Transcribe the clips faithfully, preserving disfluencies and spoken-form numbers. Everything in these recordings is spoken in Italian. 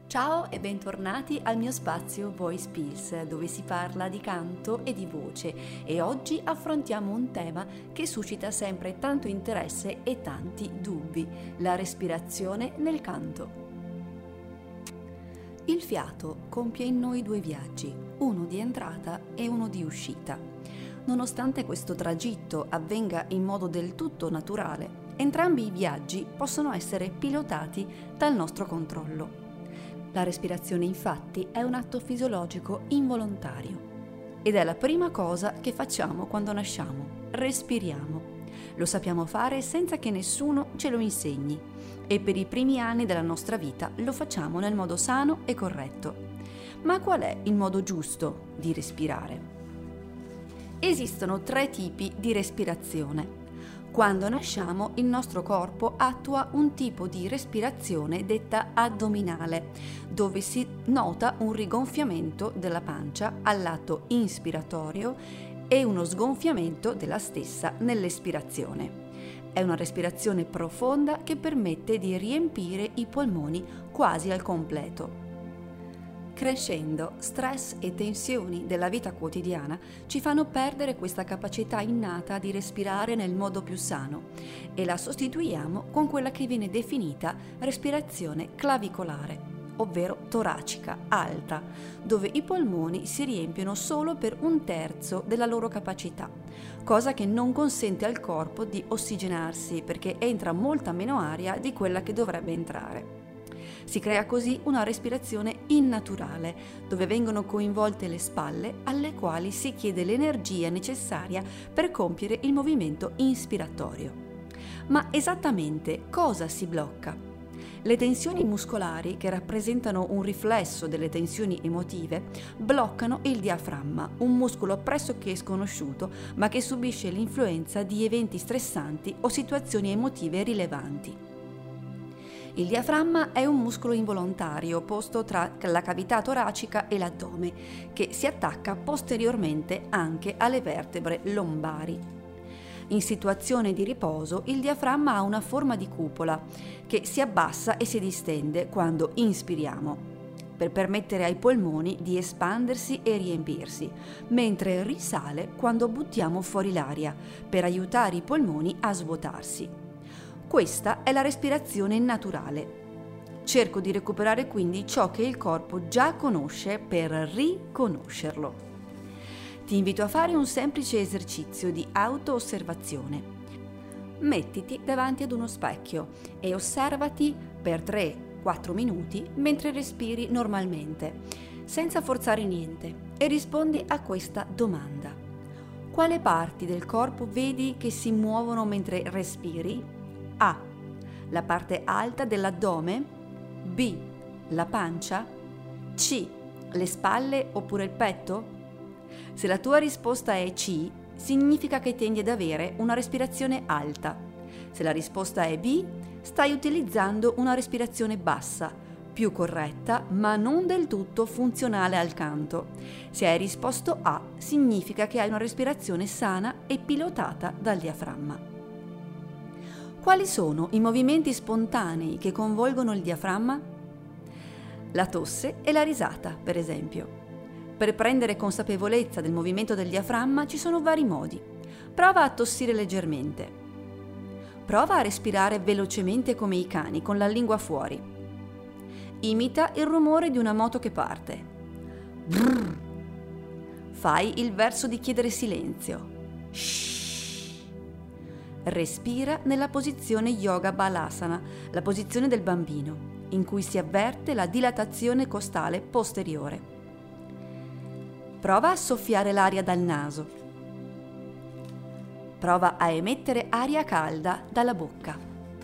Ciao e bentornati al mio spazio Voice Pills, dove si parla di canto e di voce, e oggi affrontiamo un tema che suscita sempre tanto interesse e tanti dubbi: la respirazione nel canto. Il fiato compie in noi due viaggi, uno di entrata e uno di uscita. Nonostante questo tragitto avvenga in modo del tutto naturale, entrambi i viaggi possono essere pilotati dal nostro controllo. La respirazione, infatti, è un atto fisiologico involontario ed è la prima cosa che facciamo quando nasciamo. Respiriamo. Lo sappiamo fare senza che nessuno ce lo insegni e per i primi anni della nostra vita lo facciamo nel modo sano e corretto. Ma qual è il modo giusto di respirare? Esistono tre tipi di respirazione. Quando nasciamo, il nostro corpo attua un tipo di respirazione detta addominale, dove si nota un rigonfiamento della pancia al lato inspiratorio e uno sgonfiamento della stessa nell'espirazione. È una respirazione profonda che permette di riempire i polmoni quasi al completo. Crescendo, stress e tensioni della vita quotidiana ci fanno perdere questa capacità innata di respirare nel modo più sano e la sostituiamo con quella che viene definita respirazione clavicolare, ovvero toracica, alta, dove i polmoni si riempiono solo per un terzo della loro capacità, cosa che non consente al corpo di ossigenarsi perché entra molta meno aria di quella che dovrebbe entrare. Si crea così una respirazione innaturale, dove vengono coinvolte le spalle, alle quali si chiede l'energia necessaria per compiere il movimento inspiratorio. Ma esattamente cosa si blocca? Le tensioni muscolari, che rappresentano un riflesso delle tensioni emotive, bloccano il diaframma, un muscolo pressoché sconosciuto, ma che subisce l'influenza di eventi stressanti o situazioni emotive rilevanti. Il diaframma è un muscolo involontario posto tra la cavità toracica e l'addome, che si attacca posteriormente anche alle vertebre lombari. In situazione di riposo, il diaframma ha una forma di cupola che si abbassa e si distende quando inspiriamo, per permettere ai polmoni di espandersi e riempirsi, mentre risale quando buttiamo fuori l'aria, per aiutare i polmoni a svuotarsi. Questa è la respirazione naturale. Cerco di recuperare quindi ciò che il corpo già conosce per riconoscerlo. Ti invito a fare un semplice esercizio di auto-osservazione. Mettiti davanti ad uno specchio e osservati per tre quattro minuti mentre respiri normalmente, senza forzare niente, e rispondi a questa domanda. Quale parti del corpo vedi che si muovono mentre respiri? A. La parte alta dell'addome? B. La pancia? C. Le spalle oppure il petto? Se la tua risposta è C, significa che tendi ad avere una respirazione alta. Se la risposta è B, stai utilizzando una respirazione bassa, più corretta, ma non del tutto funzionale al canto. Se hai risposto A, significa che hai una respirazione sana e pilotata dal diaframma. Quali sono i movimenti spontanei che coinvolgono il diaframma? La tosse e la risata, per esempio. Per prendere consapevolezza del movimento del diaframma ci sono vari modi. Prova a tossire leggermente. Prova a respirare velocemente come i cani, con la lingua fuori. Imita il rumore di una moto che parte. Brrr. Fai il verso di chiedere silenzio. Shh. Respira nella posizione Yoga Balasana, la posizione del bambino, in cui si avverte la dilatazione costale posteriore. Prova a soffiare l'aria dal naso. Prova a emettere aria calda dalla bocca.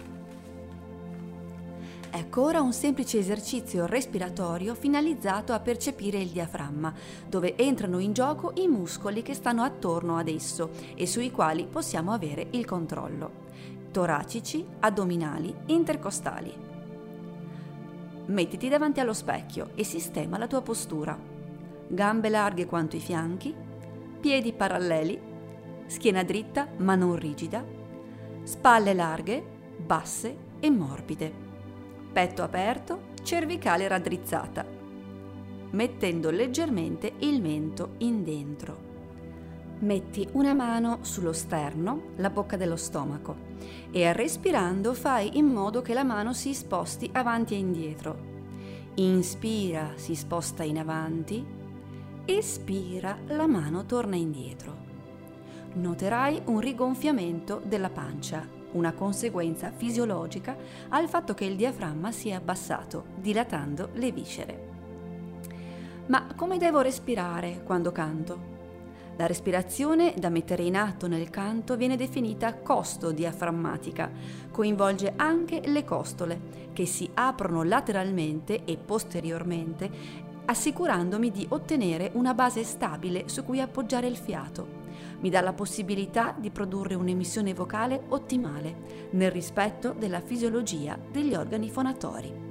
Ecco ora un semplice esercizio respiratorio finalizzato a percepire il diaframma, dove entrano in gioco i muscoli che stanno attorno ad esso e sui quali possiamo avere il controllo: toracici, addominali, intercostali. Mettiti davanti allo specchio e sistema la tua postura. Gambe larghe quanto i fianchi, piedi paralleli, schiena dritta ma non rigida, spalle larghe, basse e morbide. Petto aperto, cervicale raddrizzata, mettendo leggermente il mento in dentro. Metti una mano sullo sterno, la bocca dello stomaco, e respirando fai in modo che la mano si sposti avanti e indietro. Inspira, si sposta in avanti, espira, la mano torna indietro. Noterai un rigonfiamento della pancia, una conseguenza fisiologica al fatto che il diaframma si è abbassato, dilatando le viscere. Ma come devo respirare quando canto? La respirazione da mettere in atto nel canto viene definita costo-diaframmatica, coinvolge anche le costole, che si aprono lateralmente e posteriormente, assicurandomi di ottenere una base stabile su cui appoggiare il fiato. Mi dà la possibilità di produrre un'emissione vocale ottimale, nel rispetto della fisiologia degli organi fonatori.